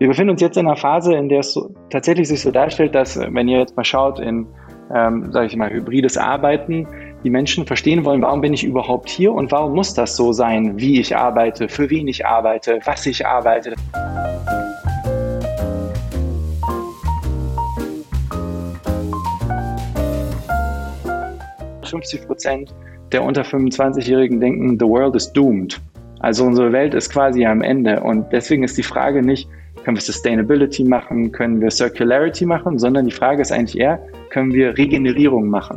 Wir befinden uns jetzt in einer Phase, in der es tatsächlich sich so darstellt, dass, wenn ihr jetzt mal schaut in, sage ich mal, hybrides Arbeiten, die Menschen verstehen wollen, warum bin ich überhaupt hier und warum muss das so sein, wie ich arbeite, für wen ich arbeite, was ich arbeite. %50 der unter 25-Jährigen denken, the world is doomed. Also unsere Welt ist quasi am Ende und deswegen ist die Frage nicht, können wir Sustainability machen, können wir Circularity machen, sondern die Frage ist eigentlich eher, können wir Regenerierung machen?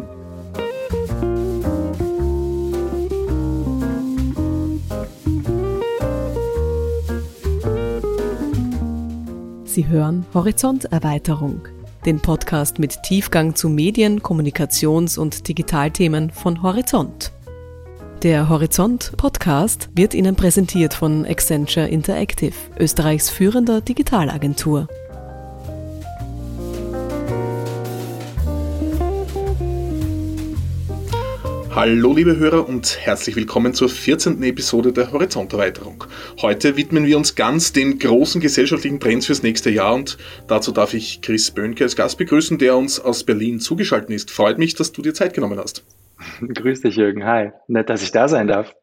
Sie hören Horizonterweiterung, den Podcast mit Tiefgang zu Medien-, Kommunikations- und Digitalthemen von Horizont. Der Horizont-Podcast wird Ihnen präsentiert von Accenture Interactive, Österreichs führender Digitalagentur. Hallo liebe Hörer und herzlich willkommen zur 14. Episode der Horizonterweiterung. Heute widmen wir uns ganz den großen gesellschaftlichen Trends fürs nächste Jahr und dazu darf ich Chris Böhnke als Gast begrüßen, der uns aus Berlin zugeschaltet ist. Freut mich, dass du dir Zeit genommen hast. Grüß dich, Jürgen. Hi. Nett, dass ich da sein darf.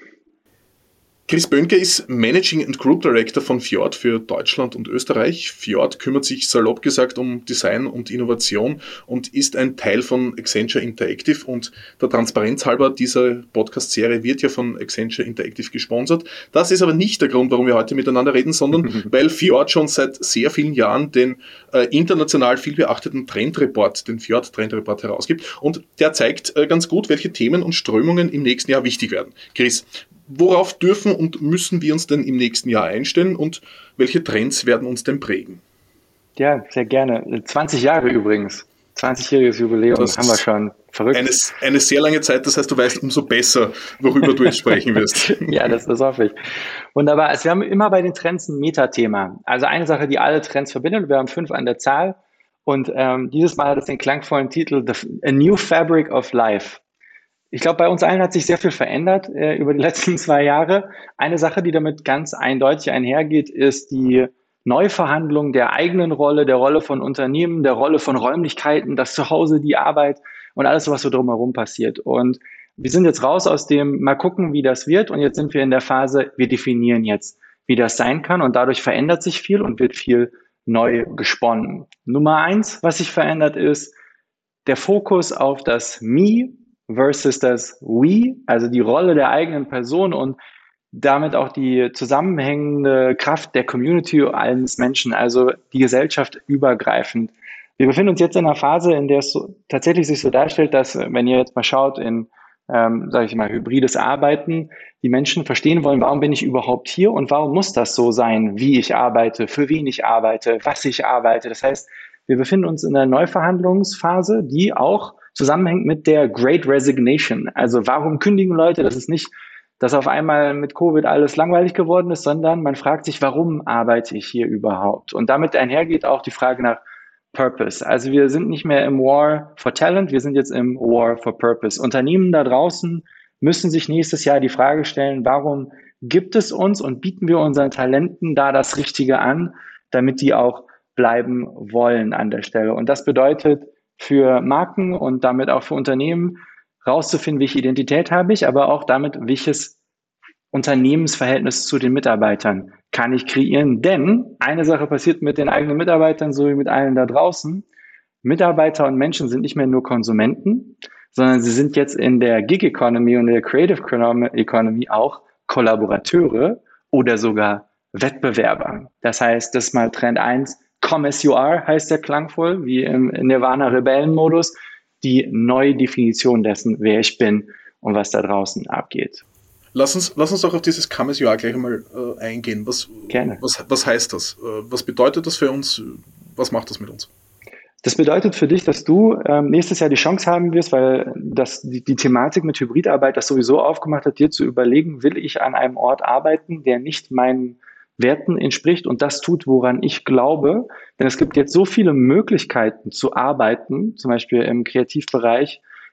Chris Böhnke ist Managing and Group Director von Fjord für Deutschland und Österreich. Fjord kümmert sich salopp gesagt um Design und Innovation und ist ein Teil von Accenture Interactive. Und der Transparenz halber, diese Podcast-Serie wird ja von Accenture Interactive gesponsert. Das ist aber nicht der Grund, warum wir heute miteinander reden, sondern weil Fjord schon seit sehr vielen Jahren den international viel beachteten Trendreport, den Fjord Trendreport herausgibt. Und der zeigt ganz gut, welche Themen und Strömungen im nächsten Jahr wichtig werden. Chris, worauf dürfen und müssen wir uns denn im nächsten Jahr einstellen und welche Trends werden uns denn prägen? Ja, sehr gerne. 20 Jahre übrigens. 20-jähriges Jubiläum, das haben wir schon. Verrückt. Eine sehr lange Zeit, das heißt, du weißt umso besser, worüber du jetzt sprechen wirst. Ja, das hoffe ich. Wunderbar. Also wir haben immer bei den Trends ein Metathema. Also eine Sache, die alle Trends verbindet. Wir haben 5 an der Zahl. Und dieses Mal hat es den klangvollen Titel A New Fabric of Life. Ich glaube, bei uns allen hat sich sehr viel verändert über die letzten 2 Jahre. Eine Sache, die damit ganz eindeutig einhergeht, ist die Neuverhandlung der eigenen Rolle, der Rolle von Unternehmen, der Rolle von Räumlichkeiten, das Zuhause, die Arbeit und alles, was so drumherum passiert. Und wir sind jetzt raus aus dem mal gucken, wie das wird. Und jetzt sind wir in der Phase, wir definieren jetzt, wie das sein kann. Und dadurch verändert sich viel und wird viel neu gesponnen. Nummer 1, was sich verändert, ist der Fokus auf das Me versus das We, also die Rolle der eigenen Person und damit auch die zusammenhängende Kraft der Community eines Menschen, also die Gesellschaft übergreifend. Wir befinden uns jetzt in einer Phase, in der es tatsächlich sich so darstellt, dass, wenn ihr jetzt mal schaut in, sage ich mal, hybrides Arbeiten, die Menschen verstehen wollen, warum bin ich überhaupt hier und warum muss das so sein, wie ich arbeite, für wen ich arbeite, was ich arbeite. Das heißt, wir befinden uns in einer Neuverhandlungsphase, die auch zusammenhängt mit der Great Resignation. Also warum kündigen Leute? Das ist nicht, dass auf einmal mit Covid alles langweilig geworden ist, sondern man fragt sich, warum arbeite ich hier überhaupt? Und damit einhergeht auch die Frage nach Purpose. Also wir sind nicht mehr im War for Talent, wir sind jetzt im War for Purpose. Unternehmen da draußen müssen sich nächstes Jahr die Frage stellen, warum gibt es uns und bieten wir unseren Talenten da das Richtige an, damit die auch bleiben wollen an der Stelle. Und das bedeutet für Marken und damit auch für Unternehmen rauszufinden, welche Identität habe ich, aber auch damit, welches Unternehmensverhältnis zu den Mitarbeitern kann ich kreieren. Denn eine Sache passiert mit den eigenen Mitarbeitern sowie mit allen da draußen. Mitarbeiter und Menschen sind nicht mehr nur Konsumenten, sondern sie sind jetzt in der Gig Economy und der Creative Economy auch Kollaborateure oder sogar Wettbewerber. Das heißt, das ist mal Trend 1. Come as you are heißt der klangvoll, wie im Nirvana-Rebellenmodus, die neue Definition dessen, wer ich bin und was da draußen abgeht. Lass uns auch auf dieses Come as you are gleich einmal eingehen. Gerne. Was heißt das? Was bedeutet das für uns? Was macht das mit uns? Das bedeutet für dich, dass du nächstes Jahr die Chance haben wirst, weil die Thematik mit Hybridarbeit das sowieso aufgemacht hat, dir zu überlegen, will ich an einem Ort arbeiten, der nicht meinen Werten entspricht und das tut, woran ich glaube. Denn es gibt jetzt so viele Möglichkeiten zu arbeiten, zum Beispiel im Kreativbereich,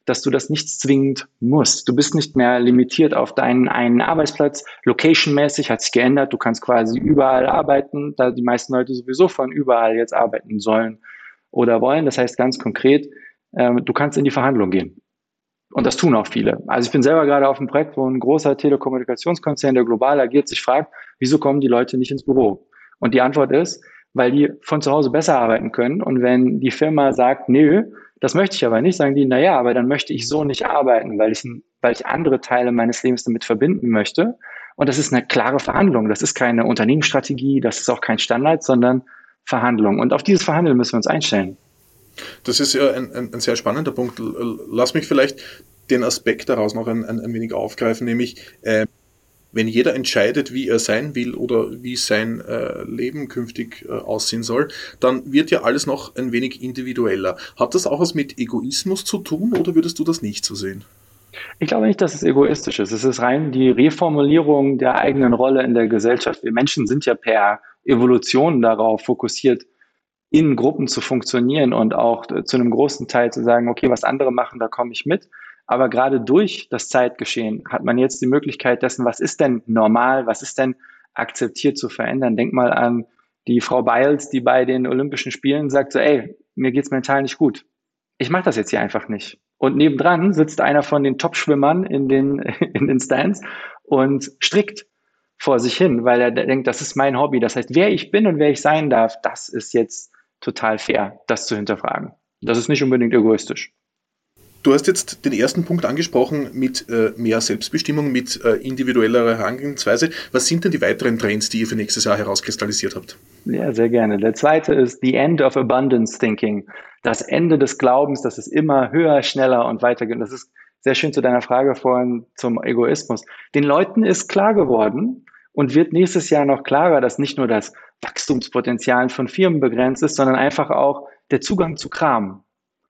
dass du das nicht zwingend musst. Du bist nicht mehr limitiert auf deinen einen Arbeitsplatz. Location-mäßig hat sich geändert. Du kannst quasi überall arbeiten, da die meisten Leute sowieso von überall jetzt arbeiten sollen oder wollen. Das heißt ganz konkret, du kannst in die Verhandlung gehen. Und das tun auch viele. Also ich bin selber gerade auf einem Projekt, wo ein großer Telekommunikationskonzern, der global agiert, sich fragt, wieso kommen die Leute nicht ins Büro? Und die Antwort ist, weil die von zu Hause besser arbeiten können. Und wenn die Firma sagt, nö, das möchte ich aber nicht, sagen die, naja, aber dann möchte ich so nicht arbeiten, weil ich andere Teile meines Lebens damit verbinden möchte. Und das ist eine klare Verhandlung. Das ist keine Unternehmensstrategie, das ist auch kein Standard, sondern Verhandlung. Und auf dieses Verhandeln müssen wir uns einstellen. Das ist ja ein sehr spannender Punkt. Lass mich vielleicht den Aspekt daraus noch ein wenig aufgreifen, nämlich wenn jeder entscheidet, wie er sein will oder wie sein Leben künftig aussehen soll, dann wird ja alles noch ein wenig individueller. Hat das auch was mit Egoismus zu tun oder würdest du das nicht so sehen? Ich glaube nicht, dass es egoistisch ist. Es ist rein die Reformulierung der eigenen Rolle in der Gesellschaft. Wir Menschen sind ja per Evolution darauf fokussiert, in Gruppen zu funktionieren und auch zu einem großen Teil zu sagen, okay, was andere machen, da komme ich mit. Aber gerade durch das Zeitgeschehen hat man jetzt die Möglichkeit dessen, was ist denn normal, was ist denn akzeptiert zu verändern. Denk mal an die Frau Biles, die bei den Olympischen Spielen sagt so, ey, mir geht's mental nicht gut. Ich mache das jetzt hier einfach nicht. Und nebendran sitzt einer von den Top-Schwimmern in den Stands und strickt vor sich hin, weil er denkt, das ist mein Hobby. Das heißt, wer ich bin und wer ich sein darf, das ist jetzt total fair, das zu hinterfragen. Das ist nicht unbedingt egoistisch. Du hast jetzt den ersten Punkt angesprochen mit mehr Selbstbestimmung, mit individueller Herangehensweise. Was sind denn die weiteren Trends, die ihr für nächstes Jahr herauskristallisiert habt? Ja, sehr gerne. Der zweite ist the end of abundance thinking. Das Ende des Glaubens, dass es immer höher, schneller und weiter geht. Das ist sehr schön zu deiner Frage vorhin zum Egoismus. Den Leuten ist klar geworden und wird nächstes Jahr noch klarer, dass nicht nur das Wachstumspotenzial von Firmen begrenzt ist, sondern einfach auch der Zugang zu Kram.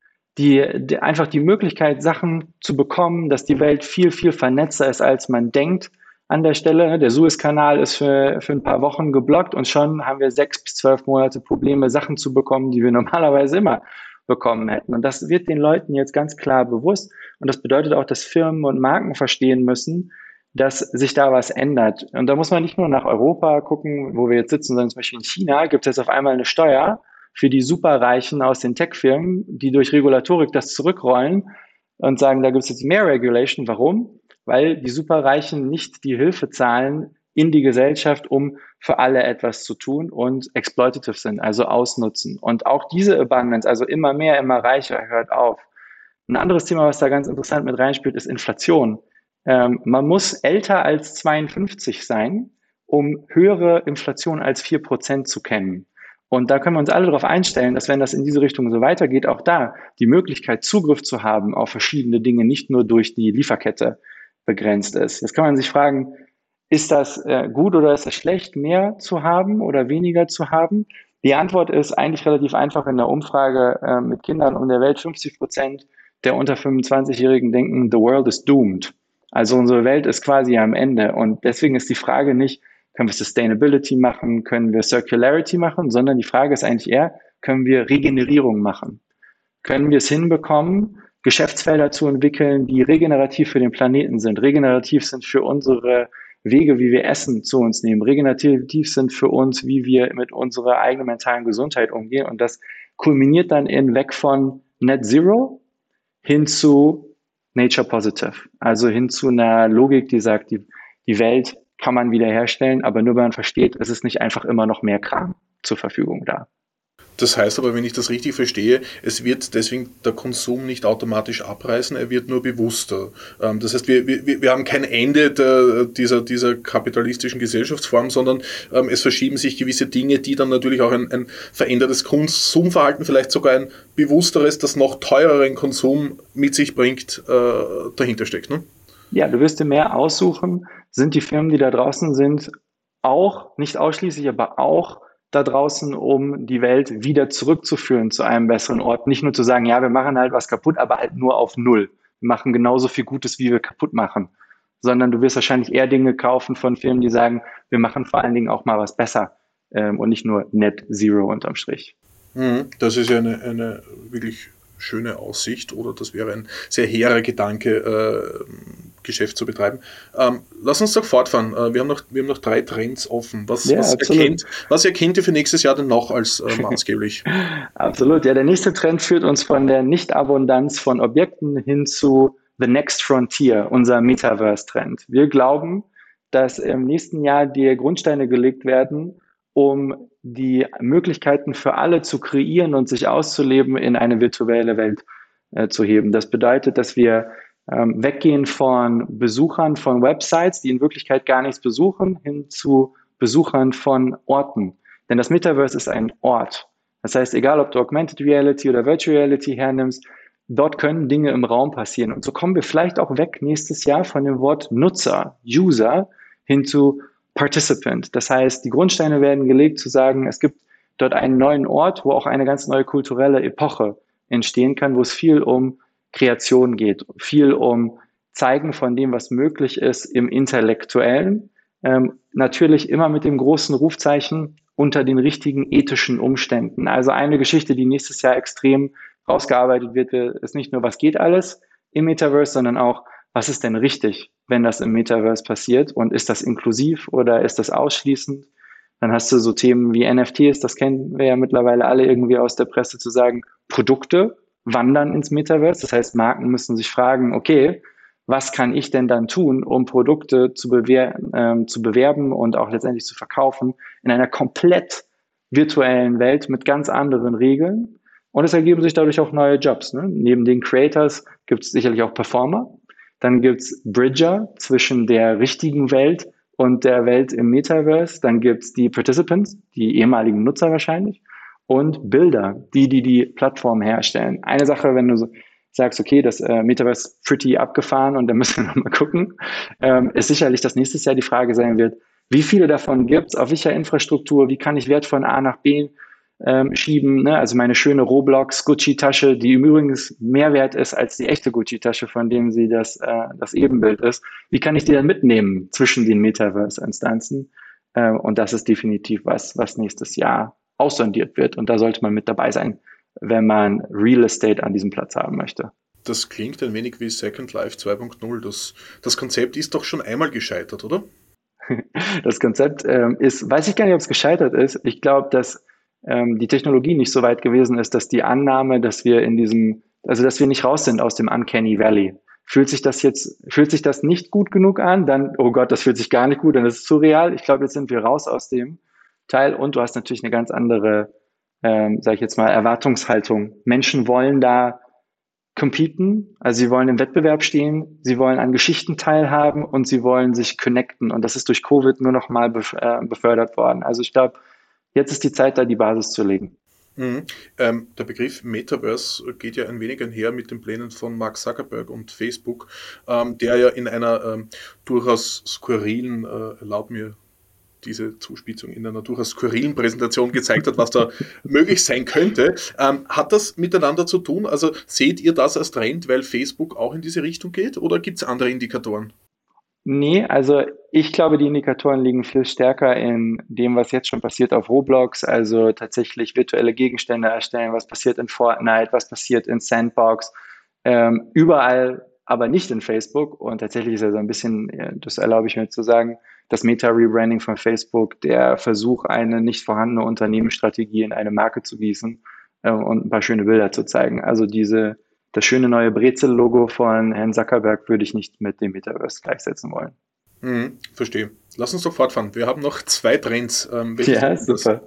Einfach die Möglichkeit, Sachen zu bekommen, dass die Welt viel, viel vernetzter ist, als man denkt an der Stelle. Der Suezkanal ist für ein paar Wochen geblockt und schon haben wir 6 bis 12 Monate Probleme, Sachen zu bekommen, die wir normalerweise immer bekommen hätten. Und das wird den Leuten jetzt ganz klar bewusst. Und das bedeutet auch, dass Firmen und Marken verstehen müssen, dass sich da was ändert. Und da muss man nicht nur nach Europa gucken, wo wir jetzt sitzen, sondern zum Beispiel in China gibt es jetzt auf einmal eine Steuer für die Superreichen aus den Tech-Firmen, die durch Regulatorik das zurückrollen und sagen, da gibt es jetzt mehr Regulation. Warum? Weil die Superreichen nicht die Hilfe zahlen in die Gesellschaft, um für alle etwas zu tun und exploitative sind, also ausnutzen. Und auch diese Abundance, also immer mehr, immer reicher, hört auf. Ein anderes Thema, was da ganz interessant mit reinspielt, ist Inflation. Man muss älter als 52 sein, um höhere Inflation als 4% zu kennen. Und da können wir uns alle darauf einstellen, dass wenn das in diese Richtung so weitergeht, auch da die Möglichkeit, Zugriff zu haben auf verschiedene Dinge, nicht nur durch die Lieferkette begrenzt ist. Jetzt kann man sich fragen, ist das gut oder ist das schlecht, mehr zu haben oder weniger zu haben? Die Antwort ist eigentlich relativ einfach in der Umfrage mit Kindern um der Welt. 50% der unter 25-Jährigen denken, the world is doomed. Also unsere Welt ist quasi am Ende. Und deswegen ist die Frage nicht, können wir Sustainability machen, können wir Circularity machen, sondern die Frage ist eigentlich eher, können wir Regenerierung machen? Können wir es hinbekommen, Geschäftsfelder zu entwickeln, die regenerativ für den Planeten sind, regenerativ sind für unsere Wege, wie wir Essen zu uns nehmen, regenerativ sind für uns, wie wir mit unserer eigenen mentalen Gesundheit umgehen. Und das kulminiert dann in weg von Net Zero hin zu Nature Positive, also hin zu einer Logik, die sagt, die Welt kann man wiederherstellen, aber nur wenn man versteht, es ist nicht einfach immer noch mehr Kram zur Verfügung da. Das heißt aber, wenn ich das richtig verstehe, es wird deswegen der Konsum nicht automatisch abreißen, er wird nur bewusster. Das heißt, wir haben kein Ende dieser kapitalistischen Gesellschaftsform, sondern es verschieben sich gewisse Dinge, die dann natürlich auch ein verändertes Konsumverhalten, vielleicht sogar ein bewussteres, das noch teureren Konsum mit sich bringt, dahinter steckt, ne? Ja, du wirst dir mehr aussuchen, sind die Firmen, die da draußen sind, auch, nicht ausschließlich, aber auch da draußen, um die Welt wieder zurückzuführen zu einem besseren Ort. Nicht nur zu sagen, ja, wir machen halt was kaputt, aber halt nur auf Null. Wir machen genauso viel Gutes, wie wir kaputt machen. Sondern du wirst wahrscheinlich eher Dinge kaufen von Firmen, die sagen, wir machen vor allen Dingen auch mal was besser und nicht nur Net Zero unterm Strich. Das ist ja eine wirklich schöne Aussicht oder das wäre ein sehr hehrer Gedanke, Geschäft zu betreiben. Lass uns doch fortfahren. Wir haben noch 3 Trends offen. Was erkennt ihr für nächstes Jahr denn noch als maßgeblich? Absolut. Ja, der nächste Trend führt uns von der Nicht-Abundanz von Objekten hin zu The Next Frontier, unser Metaverse-Trend. Wir glauben, dass im nächsten Jahr die Grundsteine gelegt werden, um die Möglichkeiten für alle zu kreieren und sich auszuleben in eine virtuelle Welt zu heben. Das bedeutet, dass wir weggehen von Besuchern von Websites, die in Wirklichkeit gar nichts besuchen, hin zu Besuchern von Orten. Denn das Metaverse ist ein Ort. Das heißt, egal ob du Augmented Reality oder Virtual Reality hernimmst, dort können Dinge im Raum passieren. Und so kommen wir vielleicht auch weg nächstes Jahr von dem Wort Nutzer, User, hin zu Participant. Das heißt, die Grundsteine werden gelegt zu sagen, es gibt dort einen neuen Ort, wo auch eine ganz neue kulturelle Epoche entstehen kann, wo es viel um Kreation geht, viel um Zeigen von dem, was möglich ist im Intellektuellen. Natürlich immer mit dem großen Rufzeichen unter den richtigen ethischen Umständen. Also eine Geschichte, die nächstes Jahr extrem rausgearbeitet wird, ist nicht nur, was geht alles im Metaverse, sondern auch, was ist denn richtig, wenn das im Metaverse passiert und ist das inklusiv oder ist das ausschließend? Dann hast du so Themen wie NFTs, das kennen wir ja mittlerweile alle irgendwie aus der Presse, zu sagen, Produkte wandern ins Metaverse. Das heißt, Marken müssen sich fragen, okay, was kann ich denn dann tun, um Produkte zu bewerben und auch letztendlich zu verkaufen in einer komplett virtuellen Welt mit ganz anderen Regeln? Und es ergeben sich dadurch auch neue Jobs. Ne? Neben den Creators gibt es sicherlich auch Performer. Dann gibt es Bridger zwischen der richtigen Welt und der Welt im Metaverse. Dann gibt es die Participants, die ehemaligen Nutzer wahrscheinlich, und Builder, die Plattform herstellen. Eine Sache, wenn du sagst, okay, das Metaverse ist pretty abgefahren und da müssen wir nochmal gucken, ist sicherlich, dass nächstes Jahr die Frage sein wird, wie viele davon gibt es, auf welcher Infrastruktur, wie kann ich Wert von A nach B schieben, ne? Also meine schöne Roblox Gucci-Tasche, die übrigens mehr wert ist als die echte Gucci-Tasche, von dem sie das Ebenbild ist. Wie kann ich die dann mitnehmen zwischen den Metaverse-Instanzen? Und das ist definitiv was nächstes Jahr aussondiert wird. Und da sollte man mit dabei sein, wenn man Real Estate an diesem Platz haben möchte. Das klingt ein wenig wie Second Life 2.0. Das Konzept ist doch schon einmal gescheitert, oder? Das Konzept weiß ich gar nicht, ob es gescheitert ist. Ich glaube, dass die Technologie nicht so weit gewesen ist, dass die Annahme, dass wir dass wir nicht raus sind aus dem Uncanny Valley. Fühlt sich das nicht gut genug an, dann, oh Gott, das fühlt sich gar nicht gut an, das ist surreal. Ich glaube, jetzt sind wir raus aus dem Teil und du hast natürlich eine ganz andere, sage ich jetzt mal, Erwartungshaltung. Menschen wollen da competen, also sie wollen im Wettbewerb stehen, sie wollen an Geschichten teilhaben und sie wollen sich connecten und das ist durch Covid nur noch mal befördert worden. Also ich glaube, jetzt ist die Zeit da, die Basis zu legen. Der Begriff Metaverse geht ja ein wenig einher mit den Plänen von Mark Zuckerberg und Facebook, der ja in einer durchaus skurrilen, erlaubt mir diese Zuspitzung, in einer durchaus skurrilen Präsentation gezeigt hat, was da möglich sein könnte. Hat das miteinander zu tun? Also seht ihr das als Trend, weil Facebook auch in diese Richtung geht oder gibt es andere Indikatoren? Nee, also ich glaube, die Indikatoren liegen viel stärker in dem, was jetzt schon passiert auf Roblox, also tatsächlich virtuelle Gegenstände erstellen, was passiert in Fortnite, was passiert in Sandbox, überall, aber nicht in Facebook. Und tatsächlich ist ja so ein bisschen, das erlaube ich mir zu sagen, das Meta-Rebranding von Facebook, der Versuch, eine nicht vorhandene Unternehmensstrategie in eine Marke zu gießen und ein paar schöne Bilder zu zeigen. Also das schöne neue Brezel-Logo von Herrn Zuckerberg würde ich nicht mit dem Metaverse gleichsetzen wollen. Verstehe. Lass uns doch fortfahren. Wir haben noch 2 Trends. Ja, super.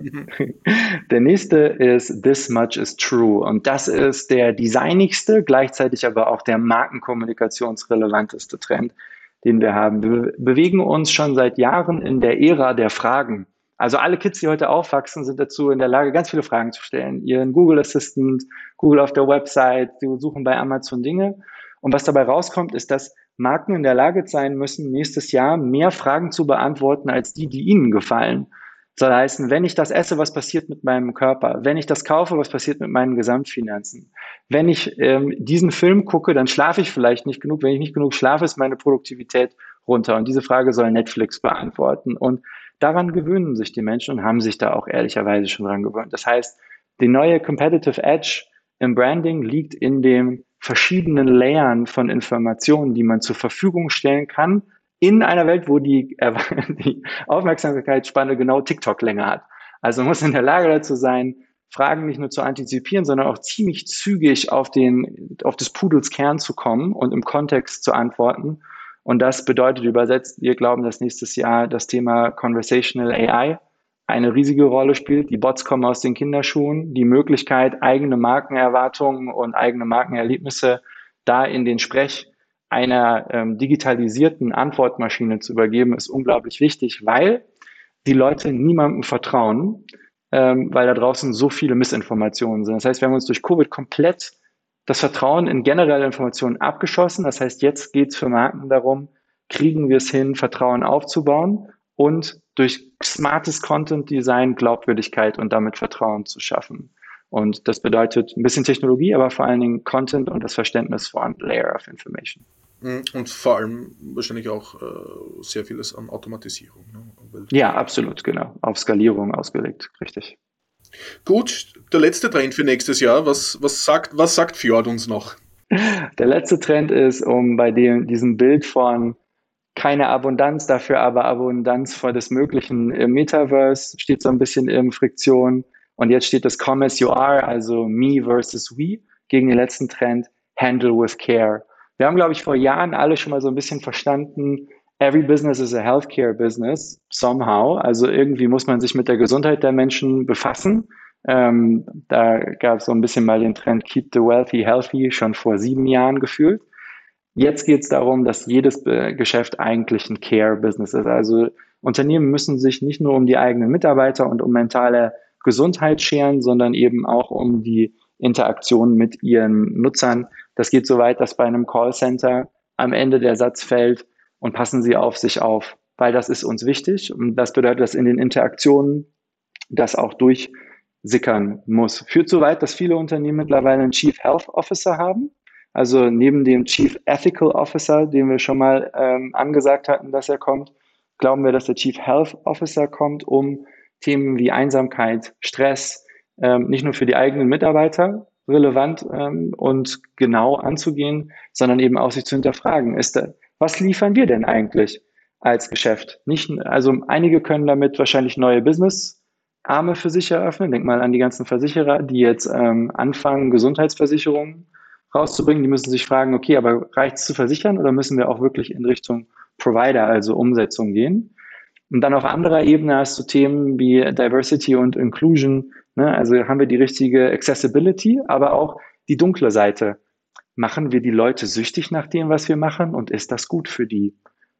Der nächste ist This Much is True. Und das ist der designigste, gleichzeitig aber auch der markenkommunikationsrelevanteste Trend, den wir haben. Wir bewegen uns schon seit Jahren in der Ära der Fragen. Also alle Kids, die heute aufwachsen, sind dazu in der Lage, ganz viele Fragen zu stellen. Ihren Google Assistant, Google auf der Website, die suchen bei Amazon Dinge. Und was dabei rauskommt, ist, dass Marken in der Lage sein müssen, nächstes Jahr mehr Fragen zu beantworten, als die ihnen gefallen. Soll heißen, wenn ich das esse, was passiert mit meinem Körper? Wenn ich das kaufe, was passiert mit meinen Gesamtfinanzen? Wenn ich diesen Film gucke, dann schlafe ich vielleicht nicht genug. Wenn ich nicht genug schlafe, ist meine Produktivität runter. Und diese Frage soll Netflix beantworten. Und daran gewöhnen sich die Menschen und haben sich da auch ehrlicherweise schon dran gewöhnt. Das heißt, die neue Competitive Edge im Branding liegt in den verschiedenen Layern von Informationen, die man zur Verfügung stellen kann, in einer Welt, wo die Aufmerksamkeitsspanne genau TikTok-Länge hat. Also man muss in der Lage dazu sein, Fragen nicht nur zu antizipieren, sondern auch ziemlich zügig auf des Pudels Kern zu kommen und im Kontext zu antworten. Und das bedeutet übersetzt, wir glauben, dass nächstes Jahr das Thema Conversational AI eine riesige Rolle spielt. Die Bots kommen aus den Kinderschuhen. Die Möglichkeit, eigene Markenerwartungen und eigene Markenerlebnisse da in den Sprech einer digitalisierten Antwortmaschine zu übergeben, ist unglaublich wichtig, weil die Leute niemandem vertrauen, weil da draußen so viele Missinformationen sind. Das heißt, wir haben uns durch Covid komplett das Vertrauen in generelle Informationen abgeschossen. Das heißt, jetzt geht es für Marken darum, kriegen wir es hin, Vertrauen aufzubauen und durch smartes Content-Design Glaubwürdigkeit und damit Vertrauen zu schaffen. Und das bedeutet ein bisschen Technologie, aber vor allen Dingen Content und das Verständnis von Layer of Information. Und vor allem wahrscheinlich auch sehr vieles an Automatisierung. Ne? Ja, absolut, genau. Auf Skalierung ausgelegt, richtig. Gut, der letzte Trend für nächstes Jahr. Was sagt Fjord uns noch? Der letzte Trend ist, um bei diesem Bild von keine Abundanz, dafür aber Abundanz vor des Möglichen im Metaverse, steht so ein bisschen in Friktion. Und jetzt steht das Come as you are, also me versus we, gegen den letzten Trend, handle with care. Wir haben, glaube ich, vor Jahren alle schon mal so ein bisschen verstanden, every business is a healthcare business, somehow. Also irgendwie muss man sich mit der Gesundheit der Menschen befassen. Da gab es so ein bisschen mal den Trend Keep the Wealthy Healthy, schon vor 7 Jahren gefühlt. Jetzt geht es darum, dass jedes Geschäft eigentlich ein Care-Business ist. Also Unternehmen müssen sich nicht nur um die eigenen Mitarbeiter und um mentale Gesundheit scheren, sondern eben auch um die Interaktion mit ihren Nutzern. Das geht so weit, dass bei einem Callcenter am Ende der Satz fällt, und passen Sie auf sich auf, weil das ist uns wichtig. Und das bedeutet, dass in den Interaktionen das auch durchsickern muss. Führt so weit, dass viele Unternehmen mittlerweile einen Chief Health Officer haben. Also neben dem Chief Ethical Officer, den wir schon mal angesagt hatten, dass er kommt, glauben wir, dass der Chief Health Officer kommt, um Themen wie Einsamkeit, Stress, nicht nur für die eigenen Mitarbeiter relevant und genau anzugehen, sondern eben auch sich zu hinterfragen, was liefern wir denn eigentlich als Geschäft? Also einige können damit wahrscheinlich neue Business-Arme für sich eröffnen. Denk mal an die ganzen Versicherer, die jetzt anfangen, Gesundheitsversicherungen rauszubringen. Die müssen sich fragen, okay, aber reicht es zu versichern oder müssen wir auch wirklich in Richtung Provider, also Umsetzung gehen? Und dann auf anderer Ebene hast du Themen wie Diversity und Inclusion. Ne? Also haben wir die richtige Accessibility, aber auch die dunkle Seite. Machen wir die Leute süchtig nach dem, was wir machen? Und ist das gut für die?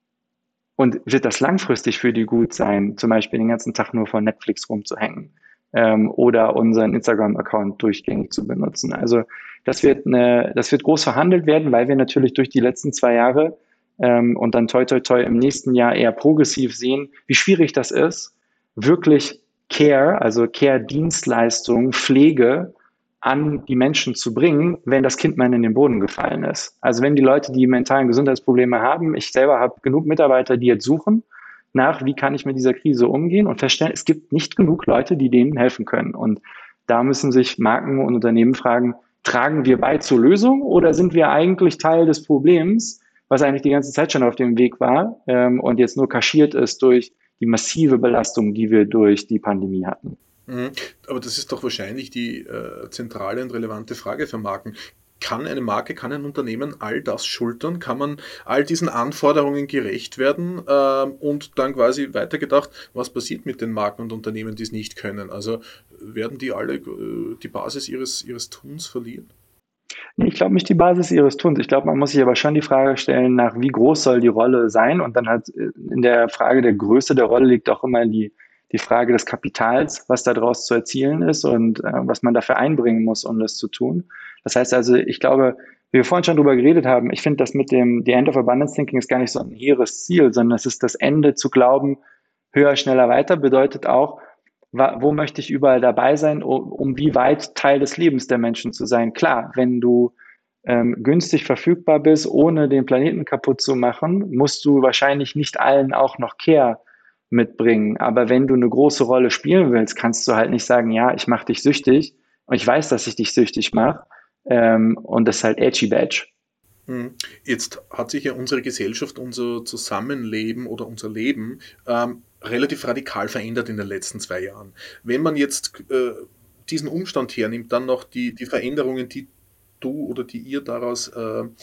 Und wird das langfristig für die gut sein, zum Beispiel den ganzen Tag nur vor Netflix rumzuhängen oder unseren Instagram-Account durchgängig zu benutzen? Also das wird groß verhandelt werden, weil wir natürlich durch die letzten 2 Jahre und dann toi toi toi im nächsten Jahr eher progressiv sehen, wie schwierig das ist, wirklich Care, also Care-Dienstleistung, Pflege an die Menschen zu bringen, wenn das Kind mal in den Boden gefallen ist. Also wenn die Leute, die mentalen Gesundheitsprobleme haben, ich selber habe genug Mitarbeiter, die jetzt suchen nach, wie kann ich mit dieser Krise umgehen und feststellen, es gibt nicht genug Leute, die denen helfen können. Und da müssen sich Marken und Unternehmen fragen, tragen wir bei zur Lösung oder sind wir eigentlich Teil des Problems, was eigentlich die ganze Zeit schon auf dem Weg war und jetzt nur kaschiert ist durch die massive Belastung, die wir durch die Pandemie hatten. Aber das ist doch wahrscheinlich die zentrale und relevante Frage für Marken. Kann eine Marke, kann ein Unternehmen all das schultern? Kann man all diesen Anforderungen gerecht werden? Und dann quasi weitergedacht, was passiert mit den Marken und Unternehmen, die es nicht können? Also werden die alle die Basis ihres Tuns verlieren? Nee, ich glaube nicht die Basis ihres Tuns. Ich glaube, man muss sich aber schon die Frage stellen, nach wie groß soll die Rolle sein? Und dann halt in der Frage der Größe der Rolle liegt auch immer die Frage des Kapitals, was daraus zu erzielen ist und was man dafür einbringen muss, um das zu tun. Das heißt also, ich glaube, wie wir vorhin schon drüber geredet haben, ich finde das mit dem The End of Abundance Thinking ist gar nicht so ein hehres Ziel, sondern es ist das Ende zu glauben, höher, schneller, weiter, bedeutet auch, wo möchte ich überall dabei sein, um wie weit Teil des Lebens der Menschen zu sein. Klar, wenn du günstig verfügbar bist, ohne den Planeten kaputt zu machen, musst du wahrscheinlich nicht allen auch noch Care mitbringen. Aber wenn du eine große Rolle spielen willst, kannst du halt nicht sagen, ja, ich mache dich süchtig und ich weiß, dass ich dich süchtig mache, und das ist halt edgy badge. Jetzt hat sich ja unsere Gesellschaft, unser Zusammenleben oder unser Leben relativ radikal verändert in den letzten 2 Jahren. Wenn man jetzt diesen Umstand hernimmt, dann noch die Veränderungen, die du oder die ihr daraus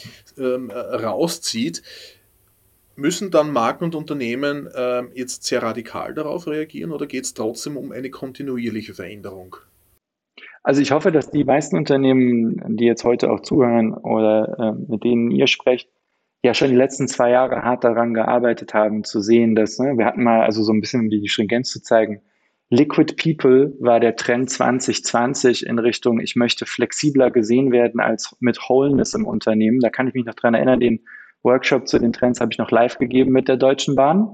rauszieht, müssen dann Marken und Unternehmen jetzt sehr radikal darauf reagieren oder geht es trotzdem um eine kontinuierliche Veränderung? Also ich hoffe, dass die meisten Unternehmen, die jetzt heute auch zuhören oder mit denen ihr sprecht, ja schon die letzten 2 Jahre hart daran gearbeitet haben, zu sehen, dass, wir hatten mal, also so ein bisschen, um die Stringenz zu zeigen, Liquid People war der Trend 2020 in Richtung, ich möchte flexibler gesehen werden als mit Wholeness im Unternehmen. Da kann ich mich noch dran erinnern, den Workshop zu den Trends habe ich noch live gegeben mit der Deutschen Bahn.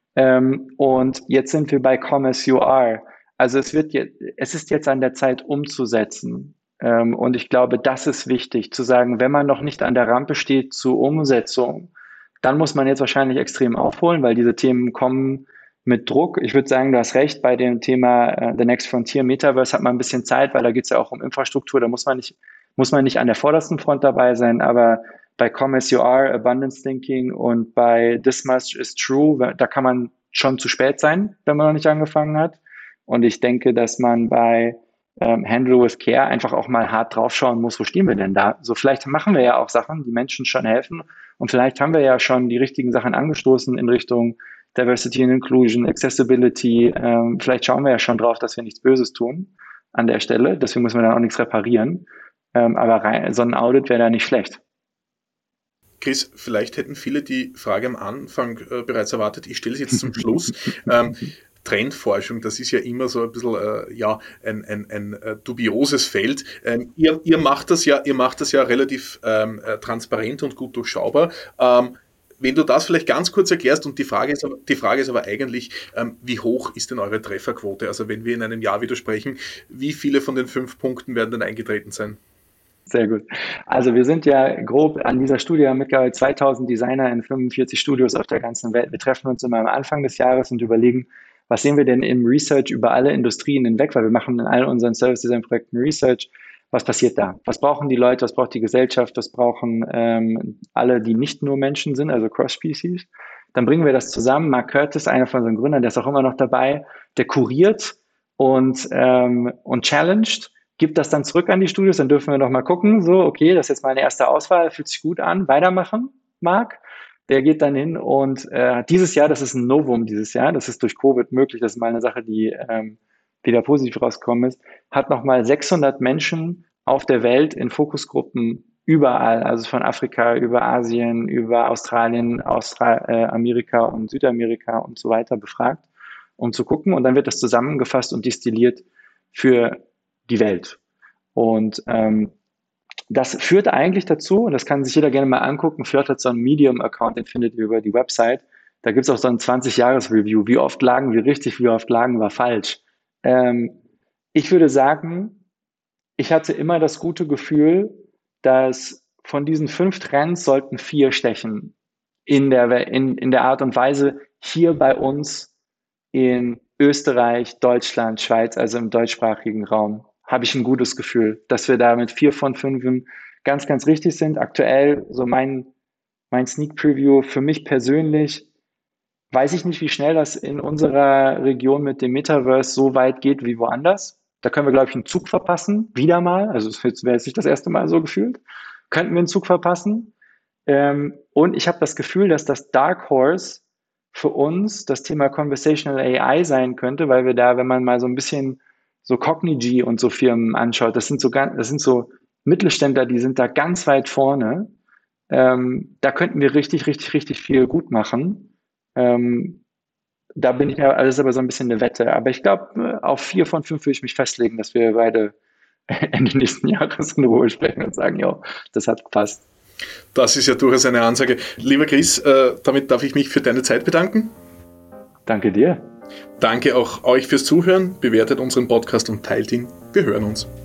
Und jetzt sind wir bei Come As You Are. Also es ist jetzt an der Zeit umzusetzen. Und ich glaube, das ist wichtig, zu sagen, wenn man noch nicht an der Rampe steht zur Umsetzung, dann muss man jetzt wahrscheinlich extrem aufholen, weil diese Themen kommen mit Druck. Ich würde sagen, du hast recht, bei dem Thema The Next Frontier Metaverse hat man ein bisschen Zeit, weil da geht es ja auch um Infrastruktur, da muss man nicht an der vordersten Front dabei sein, aber bei Come As You Are, Abundance Thinking und bei This Much Is True, da kann man schon zu spät sein, wenn man noch nicht angefangen hat. Und ich denke, dass man bei Handle with Care einfach auch mal hart draufschauen muss, wo stehen wir denn da? So vielleicht machen wir ja auch Sachen, die Menschen schon helfen und vielleicht haben wir ja schon die richtigen Sachen angestoßen in Richtung Diversity and Inclusion, Accessibility. Vielleicht schauen wir ja schon drauf, dass wir nichts Böses tun an der Stelle. Deswegen müssen wir dann auch nichts reparieren. Aber so ein Audit wäre da nicht schlecht. Chris, vielleicht hätten viele die Frage am Anfang bereits erwartet. Ich stelle sie jetzt zum Schluss. Trendforschung, das ist ja immer so ein bisschen ein dubioses Feld. Ihr macht das ja relativ transparent und gut durchschaubar. Wenn du das vielleicht ganz kurz erklärst, und die Frage ist aber eigentlich, wie hoch ist denn eure Trefferquote? Also wenn wir in einem Jahr wieder sprechen, wie viele von den 5 Punkten werden denn eingetreten sein? Sehr gut. Also wir sind ja grob an dieser Studie mittlerweile 2000 Designer in 45 Studios auf der ganzen Welt. Wir treffen uns immer am Anfang des Jahres und überlegen, was sehen wir denn im Research über alle Industrien hinweg, weil wir machen in all unseren Service Design Projekten Research. Was passiert da? Was brauchen die Leute? Was braucht die Gesellschaft? Was brauchen alle, die nicht nur Menschen sind, also Cross-Species? Dann bringen wir das zusammen. Mark Curtis, einer von unseren Gründern, der ist auch immer noch dabei, der kuriert und challenged, gibt das dann zurück an die Studios, dann dürfen wir noch mal gucken, so, okay, das ist jetzt meine erste Auswahl, fühlt sich gut an, weitermachen, Marc. Der geht dann hin und dieses Jahr, das ist ein Novum dieses Jahr, das ist durch Covid möglich, das ist mal eine Sache, die wieder positiv rausgekommen ist, hat nochmal 600 Menschen auf der Welt in Fokusgruppen überall, also von Afrika über Asien, über Australien, Amerika und Südamerika und so weiter befragt, um zu gucken. Und dann wird das zusammengefasst und destilliert für die Welt. Und das führt eigentlich dazu, und das kann sich jeder gerne mal angucken, Fjord hat so einen Medium-Account, den findet ihr über die Website. Da gibt es auch so ein 20-Jahres-Review. Wie oft lagen wir richtig, wie oft lagen wir falsch? Ich würde sagen, ich hatte immer das gute Gefühl, dass von diesen 5 Trends sollten 4 stechen in der Art und Weise hier bei uns in Österreich, Deutschland, Schweiz, also im deutschsprachigen Raum. Habe ich ein gutes Gefühl, dass wir da mit 4 von 5 ganz, ganz richtig sind. Aktuell, so mein Sneak Preview für mich persönlich, weiß ich nicht, wie schnell das in unserer Region mit dem Metaverse so weit geht wie woanders. Da können wir, glaube ich, einen Zug verpassen, wieder mal. Also es wäre jetzt nicht das erste Mal so gefühlt. Könnten wir einen Zug verpassen. Und ich habe das Gefühl, dass das Dark Horse für uns das Thema Conversational AI sein könnte, weil wir da, wenn man mal so ein bisschen so Cognigy und so Firmen anschaut, das sind so Mittelständler, die sind da ganz weit vorne. Da könnten wir richtig, richtig, richtig viel gut machen. Da bin ich ja, alles aber so ein bisschen eine Wette. Aber ich glaube, auf 4 von 5 würde ich mich festlegen, dass wir beide Ende nächsten Jahres in Ruhe sprechen und sagen, ja, das hat gepasst. Das ist ja durchaus eine Ansage. Lieber Chris, damit darf ich mich für deine Zeit bedanken. Danke dir. Danke auch euch fürs Zuhören. Bewertet unseren Podcast und teilt ihn. Wir hören uns.